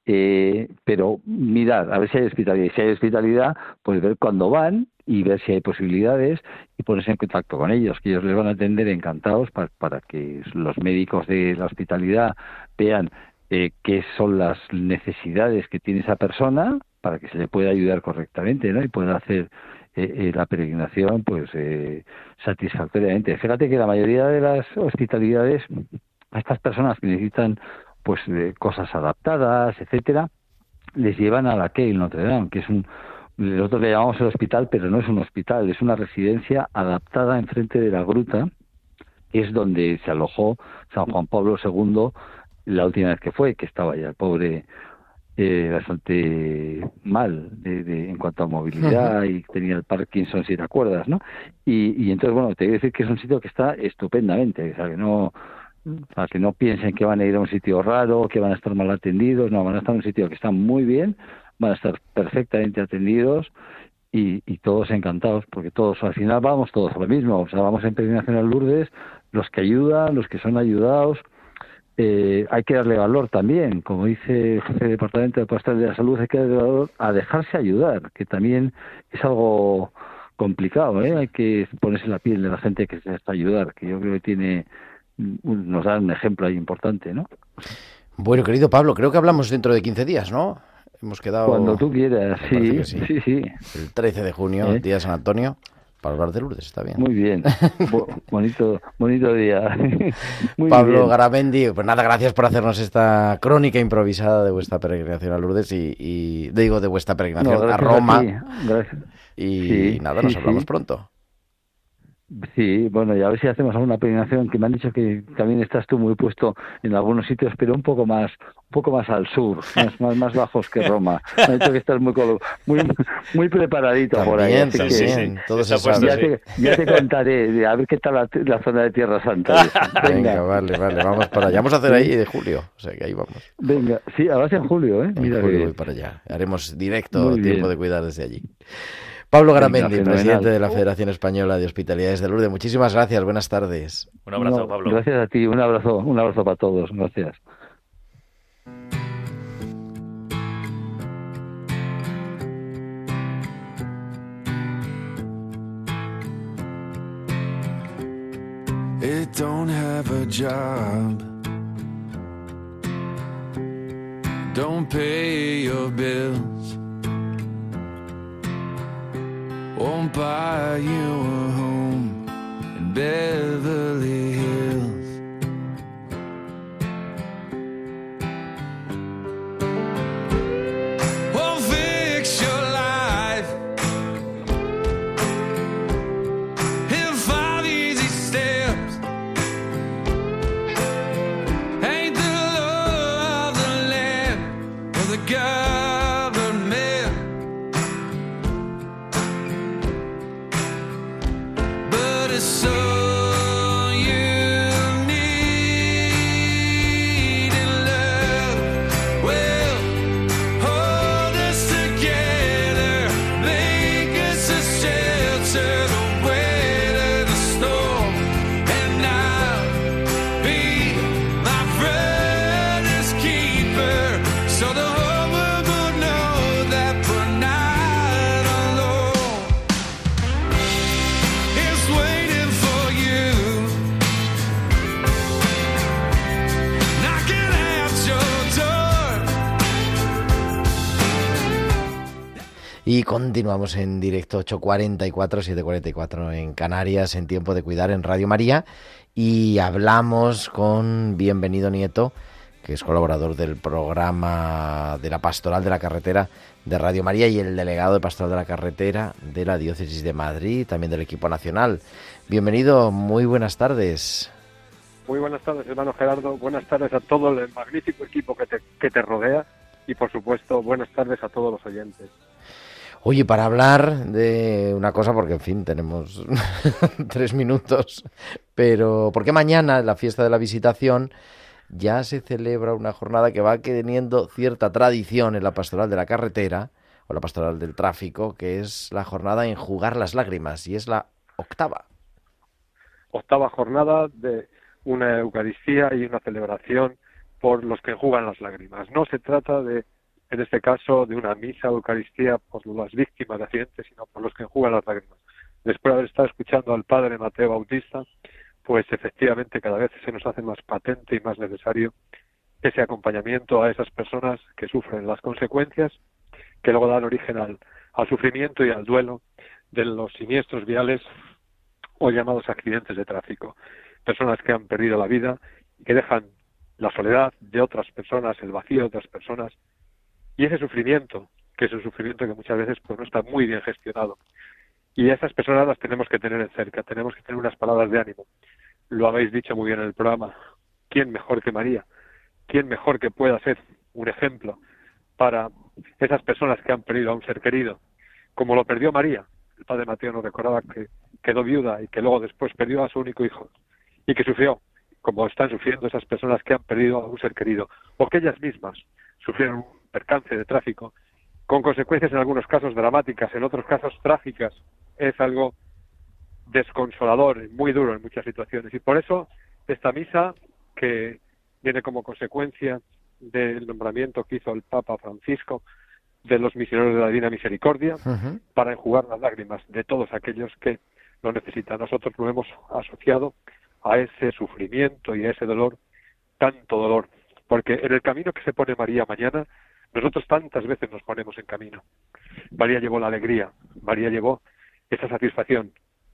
Pero mirar, a ver si hay hospitalidad. Y si hay hospitalidad, pues ver cuándo van y ver si hay posibilidades y ponerse en contacto con ellos, que ellos les van a atender encantados para que los médicos de la hospitalidad vean qué son las necesidades que tiene esa persona, para que se le pueda ayudar correctamente, ¿no? Y pueda hacer la peregrinación pues satisfactoriamente. Fíjate que la mayoría de las hospitalidades, a estas personas que necesitan pues cosas adaptadas, etcétera, les llevan a la Keil Notre Dame, que es nosotros le llamamos el hospital, pero no es un hospital, es una residencia adaptada enfrente de la gruta, que es donde se alojó San Juan Pablo II la última vez que estaba ya el pobre bastante mal en cuanto a movilidad, y tenía el Parkinson, si te acuerdas, ¿no? Y entonces, bueno, te voy a decir que es un sitio que está estupendamente, o sea, que no piensen que van a ir a un sitio raro, que van a estar mal atendidos, no, van a estar en un sitio que está muy bien, van a estar perfectamente atendidos y todos encantados, porque todos, al final vamos todos a lo mismo, o sea, vamos en peregrinación a Lourdes, los que ayudan, los que son ayudados. Hay que darle valor también, como dice el jefe de departamento de Pastoral de la Salud, hay que darle valor a dejarse ayudar, que también es algo complicado, hay que ponerse la piel de la gente que se deja ayudar, que yo creo que nos da un ejemplo ahí importante, ¿no? Bueno, querido Pablo, creo que hablamos dentro de 15 días, ¿no? Hemos quedado... Cuando tú quieras, sí. El 13 de junio, día de San Antonio. para hablar de Lourdes, está bien. Muy bien, bonito día. Muy Pablo bien. Garamendi, pues nada, gracias por hacernos esta crónica improvisada de vuestra peregrinación a Lourdes y digo, de vuestra peregrinación a Gracias Roma. ti. Gracias. Y Sí, nada, sí, nos hablamos sí. pronto. Sí, bueno, y a ver si hacemos alguna peregrinación, que me han dicho que también estás tú muy puesto en algunos sitios, pero un poco más al sur, más bajos que Roma. Me han dicho que estás muy preparadito por ahí. También, Así también, todo se Está puesto, sabe. ya te contaré, a ver qué tal la zona de Tierra Santa. y eso. Venga, vale, vamos para allá. Vamos a hacer ahí de julio, o sea que ahí vamos. Venga, sí, ahora es en julio, ¿eh? En Mira julio que voy bien. para allá. Haremos directo Muy Tiempo bien. de Cuidar desde allí. Pablo Garamendi, fenomenal. presidente de la Federación Española de Hospitalidades de Lourdes. Muchísimas gracias, buenas tardes. Un abrazo, No, Pablo. Gracias a ti, un abrazo para todos, gracias. It don't have a job. Don't pay your bills. Won't buy you a home in Beverly Hills. Won't fix your life in 5 easy steps. Ain't the law of the land or the government, but it's so you need in love. Well, hold us together, make us a shelter to weather the storm, and I'll be my brother's keeper, so the whole world will know that we're not alone. It's waiting for you, knocking at your door. Y continuamos en directo 8:44, 7:44 en Canarias, en Tiempo de Cuidar en Radio María. Y hablamos con Bienvenido Nieto, que es colaborador del programa de la Pastoral de la Carretera de Radio María y el delegado de Pastoral de la Carretera de la Diócesis de Madrid, también del equipo nacional. Bienvenido, muy buenas tardes. Muy buenas tardes, hermano Gerardo. Buenas tardes a todo el magnífico equipo que te rodea y, por supuesto, buenas tardes a todos los oyentes. Oye, para hablar de una cosa, porque en fin, tenemos 3 minutos, pero porque mañana, en la fiesta de la Visitación, ya se celebra una jornada que va teniendo cierta tradición en la Pastoral de la Carretera, o la Pastoral del Tráfico, que es la jornada Enjugar las Lágrimas, y es la 8ª. 8ª jornada de una Eucaristía y una celebración por los que enjugan las lágrimas. No se trata de, en este caso, de una misa o Eucaristía por las víctimas de accidentes, sino por los que enjugan las lágrimas. Después de haber estado escuchando al padre Mateo Bautista, pues efectivamente cada vez se nos hace más patente y más necesario ese acompañamiento a esas personas que sufren las consecuencias que luego dan origen al sufrimiento y al duelo de los siniestros viales o llamados accidentes de tráfico. Personas que han perdido la vida y que dejan la soledad de otras personas, el vacío de otras personas, y ese sufrimiento, que es un sufrimiento que muchas veces pues no está muy bien gestionado. Y a esas personas las tenemos que tener cerca, tenemos que tener unas palabras de ánimo. Lo habéis dicho muy bien en el programa. ¿Quién mejor que María? ¿Quién mejor que pueda ser un ejemplo para esas personas que han perdido a un ser querido? Como lo perdió María. El padre Mateo nos recordaba que quedó viuda y que luego después perdió a su único hijo y que sufrió, como están sufriendo esas personas que han perdido a un ser querido, o que ellas mismas sufrieron un percance de tráfico, con consecuencias en algunos casos dramáticas, en otros casos trágicas. Es algo desconsolador, muy duro en muchas situaciones. Y por eso esta misa, que viene como consecuencia del nombramiento que hizo el Papa Francisco de los misioneros de la Divina Misericordia, para enjugar las lágrimas de todos aquellos que lo necesitan. Nosotros lo hemos asociado a ese sufrimiento y a ese dolor, tanto dolor, porque en el camino que se pone María mañana, nosotros tantas veces nos ponemos en camino. María llevó la alegría, María llevó esa satisfacción,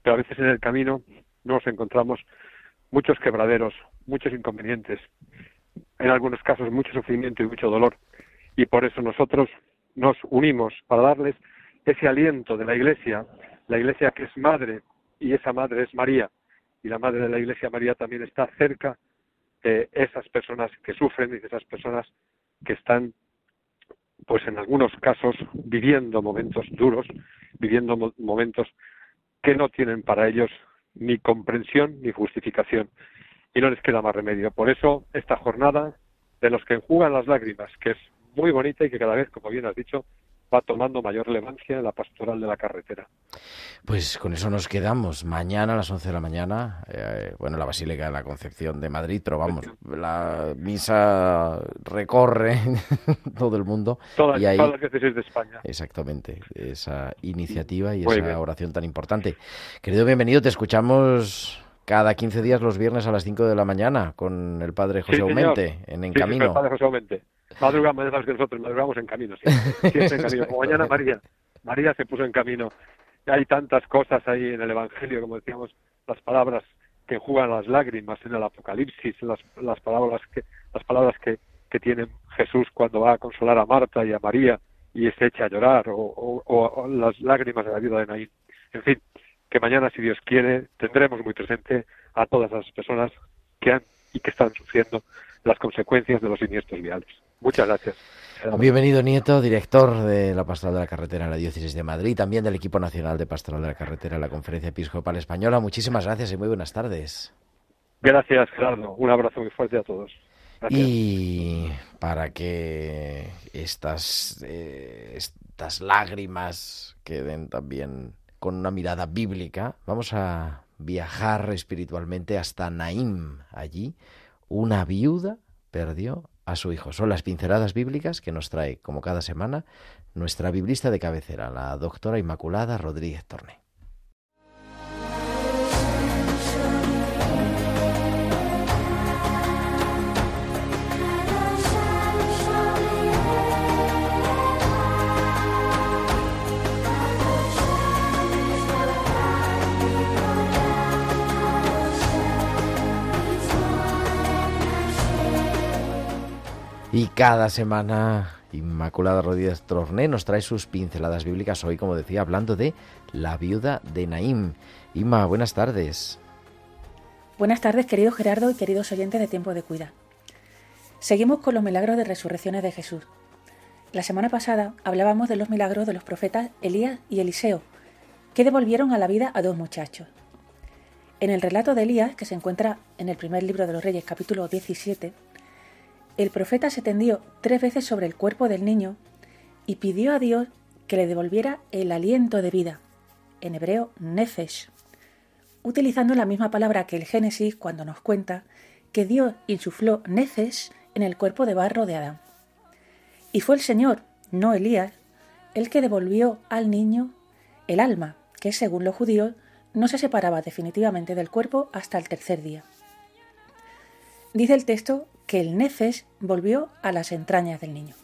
pero a veces en el camino nos encontramos muchos quebraderos, muchos inconvenientes, en algunos casos mucho sufrimiento y mucho dolor. Y por eso nosotros nos unimos para darles ese aliento de la Iglesia que es madre, y esa madre es María, y la madre de la Iglesia, María, también está cerca de esas personas que sufren y de esas personas que están, pues en algunos casos, viviendo momentos duros, viviendo momentos que no tienen para ellos ni comprensión ni justificación, y no les queda más remedio. Por eso esta jornada de los que enjugan las lágrimas, que es muy bonita y que cada vez, como bien has dicho, va tomando mayor relevancia en la pastoral de la carretera. Pues con eso nos quedamos. Mañana a las 11 de la mañana, la Basílica de la Concepción de Madrid, pero vamos, la misa recorre todo el mundo. Todas ahí, las diócesis de España. Exactamente, esa iniciativa y Muy esa bien. oración tan importante. Querido, bienvenido, te escuchamos cada 15 días los viernes a las 5 de la mañana con el Padre José Sí, señor. Aumente en Sí, Camino. el Padre José Aumente. Madrugamos, ya sabes que nosotros madrugamos en camino, siempre en camino. Como mañana María se puso en camino. Y hay tantas cosas ahí en el Evangelio, como decíamos, las palabras que enjugan las lágrimas en el Apocalipsis, las palabras que tiene Jesús cuando va a consolar a Marta y a María y se echa a llorar, o las lágrimas de la viuda de Naín. En fin, que mañana, si Dios quiere, tendremos muy presente a todas las personas que han y que están sufriendo las consecuencias de los siniestros viales. Muchas gracias. Bienvenido, Nieto, director de la Pastoral de la Carretera en la Diócesis de Madrid, también del equipo nacional de Pastoral de la Carretera en la Conferencia Episcopal Española. Muchísimas gracias y muy buenas tardes. Gracias, Gerardo. Un abrazo muy fuerte a todos. Gracias. Y para que estas lágrimas queden también con una mirada bíblica, vamos a viajar espiritualmente hasta Naín. Allí, una viuda perdió a su hijo. Son las pinceladas bíblicas que nos trae, como cada semana, nuestra biblista de cabecera, la doctora Inmaculada Rodríguez Torné. Y cada semana Inmaculada Rodríguez Torné nos trae sus pinceladas bíblicas, hoy, como decía, hablando de la viuda de Naín. Inma, buenas tardes. Buenas tardes, querido Gerardo y queridos oyentes de Tiempo de Cuidar. Seguimos con los milagros de resurrecciones de Jesús. La semana pasada hablábamos de los milagros de los profetas Elías y Eliseo, que devolvieron a la vida a dos muchachos. En el relato de Elías, que se encuentra en el primer libro de los Reyes, capítulo 17, el profeta se tendió 3 veces sobre el cuerpo del niño y pidió a Dios que le devolviera el aliento de vida, en hebreo nefesh, utilizando la misma palabra que el Génesis cuando nos cuenta que Dios insufló nefesh en el cuerpo de barro de Adán. Y fue el Señor, no Elías, el que devolvió al niño el alma, que según los judíos no se separaba definitivamente del cuerpo hasta el 3er día. Dice el texto que el nefesh volvió a las entrañas del niño.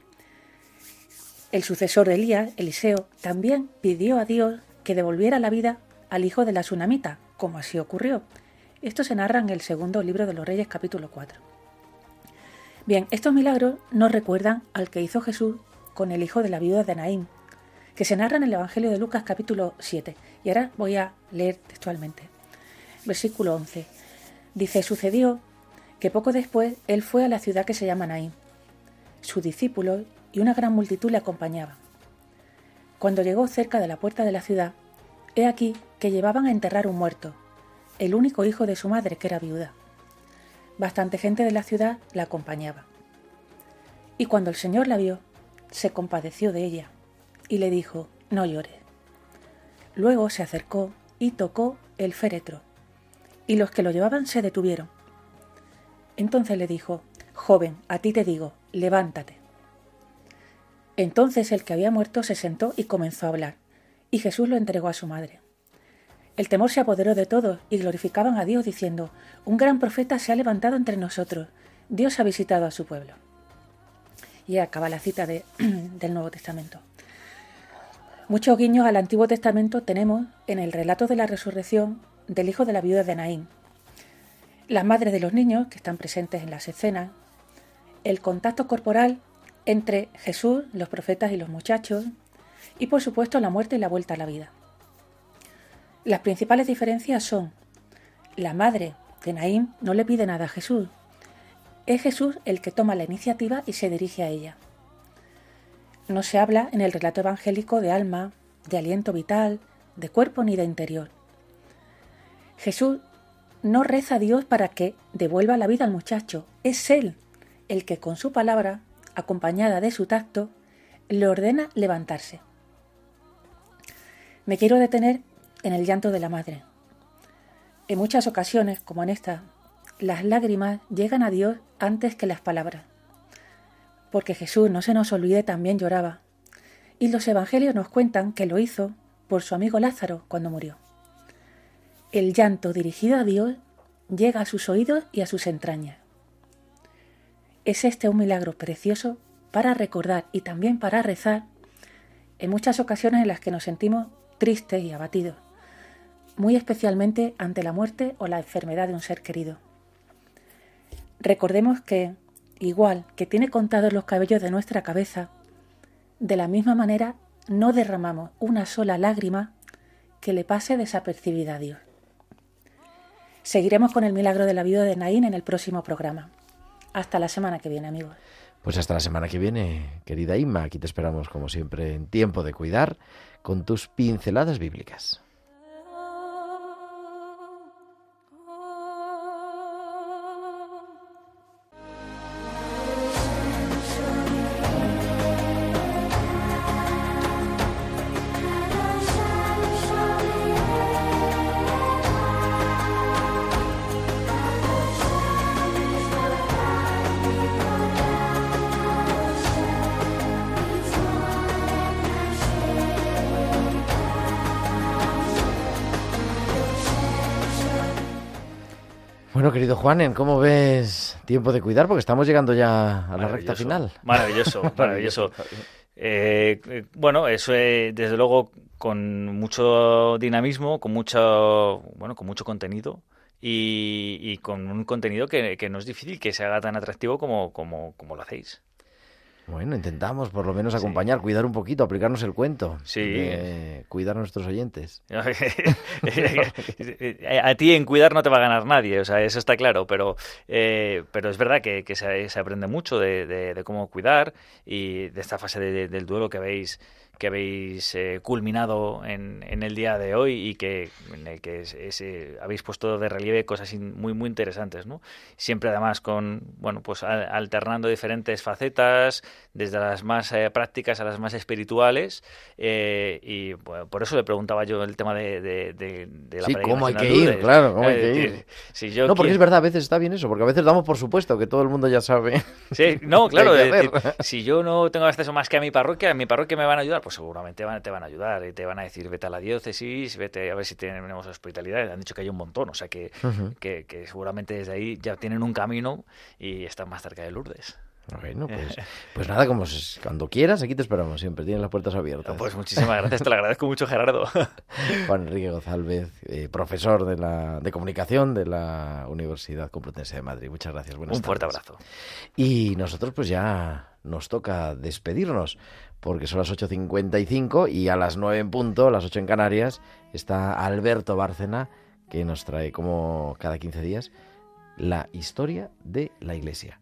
El sucesor de Elías, Eliseo, también pidió a Dios que devolviera la vida al hijo de la sunamita, como así ocurrió. Esto se narra en el segundo libro de los Reyes, capítulo 4. Bien, estos milagros nos recuerdan al que hizo Jesús con el hijo de la viuda de Naín, que se narra en el Evangelio de Lucas, capítulo 7. Y ahora voy a leer textualmente. Versículo 11. Dice, sucedió que poco después él fue a la ciudad que se llama Naín. Sus discípulos y una gran multitud le acompañaban. Cuando llegó cerca de la puerta de la ciudad, he aquí que llevaban a enterrar un muerto, el único hijo de su madre, que era viuda. Bastante gente de la ciudad la acompañaba. Y cuando el Señor la vio, se compadeció de ella y le dijo, no llores. Luego se acercó y tocó el féretro, y los que lo llevaban se detuvieron. Entonces le dijo, joven, a ti te digo, levántate. Entonces el que había muerto se sentó y comenzó a hablar, y Jesús lo entregó a su madre. El temor se apoderó de todos y glorificaban a Dios diciendo, un gran profeta se ha levantado entre nosotros, Dios ha visitado a su pueblo. Y acaba la cita del Nuevo Testamento. Muchos guiños al Antiguo Testamento tenemos en el relato de la resurrección del hijo de la viuda de Naín, las madres de los niños que están presentes en las escenas, el contacto corporal entre Jesús, los profetas y los muchachos, y por supuesto la muerte y la vuelta a la vida. Las principales diferencias son: la madre de Naín no le pide nada a Jesús, es Jesús el que toma la iniciativa y se dirige a ella. No se habla en el relato evangélico de alma, de aliento vital, de cuerpo ni de interior. Jesús no reza a Dios para que devuelva la vida al muchacho, es Él el que con su palabra, acompañada de su tacto, le ordena levantarse. Me quiero detener en el llanto de la madre. En muchas ocasiones, como en esta, las lágrimas llegan a Dios antes que las palabras. Porque Jesús, no se nos olvide, también lloraba. Y los evangelios nos cuentan que lo hizo por su amigo Lázaro cuando murió. El llanto dirigido a Dios llega a sus oídos y a sus entrañas. Es este un milagro precioso para recordar y también para rezar en muchas ocasiones en las que nos sentimos tristes y abatidos, muy especialmente ante la muerte o la enfermedad de un ser querido. Recordemos que, igual que tiene contados los cabellos de nuestra cabeza, de la misma manera no derramamos una sola lágrima que le pase desapercibida a Dios. Seguiremos con el milagro de la viuda de Naín en el próximo programa. Hasta la semana que viene, amigos. Pues hasta la semana que viene, querida Inma. Aquí te esperamos, como siempre, en Tiempo de Cuidar, con tus pinceladas bíblicas. Bueno, querido Juanen, ¿cómo ves Tiempo de Cuidar? Porque estamos llegando ya a la recta final. Maravilloso, maravilloso. Bueno, eso desde luego con mucho dinamismo, con mucho contenido y con un contenido que no es difícil que se haga tan atractivo como lo hacéis. Bueno, intentamos por lo menos acompañar, cuidar un poquito, aplicarnos el cuento. Sí. Cuidar a nuestros oyentes. A ti en cuidar no te va a ganar nadie, o sea, eso está claro, pero es verdad que se aprende mucho de cómo cuidar y de esta fase del duelo que habéis culminado en el día de hoy y en el que habéis puesto de relieve cosas muy muy interesantes, ¿no? Siempre además alternando diferentes facetas, desde las más prácticas a las más espirituales, y bueno, por eso le preguntaba yo el tema de la sí, cómo hay que ir, Lourdes. Claro, cómo hay que ir. Porque es verdad, a veces está bien eso, porque a veces damos por supuesto que todo el mundo ya sabe. Sí, no, claro, si yo no tengo acceso más que a mi parroquia me van a ayudar, pues seguramente te van a ayudar y te van a decir vete a la diócesis, vete a ver si tenemos hospitalidad. Han dicho que hay un montón, o sea que seguramente desde ahí ya tienen un camino y están más cerca de Lourdes. Bueno, pues nada, cuando quieras, aquí te esperamos siempre, tienes las puertas abiertas. Pues muchísimas gracias, te lo agradezco mucho, Gerardo. Juan Enrique González, profesor de comunicación de la Universidad Complutense de Madrid. Muchas gracias, buenas tardes. Un fuerte abrazo. Y nosotros pues ya nos toca despedirnos, porque son las 8:55 y a las 9 en punto, las 8 en Canarias, está Alberto Bárcena, que nos trae como cada 15 días la historia de la Iglesia.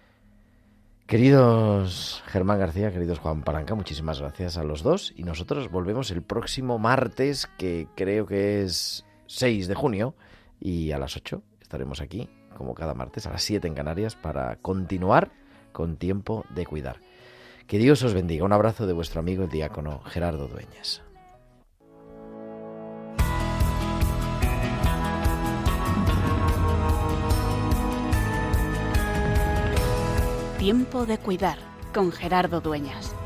Queridos Germán García, queridos Juan Palanca, muchísimas gracias a los dos y nosotros volvemos el próximo martes, que creo que es 6 de junio, y a las 8 estaremos aquí, como cada martes, a las 7 en Canarias, para continuar con Tiempo de Cuidar. Que Dios os bendiga. Un abrazo de vuestro amigo el diácono Gerardo Dueñas. Tiempo de Cuidar con Gerardo Dueñas.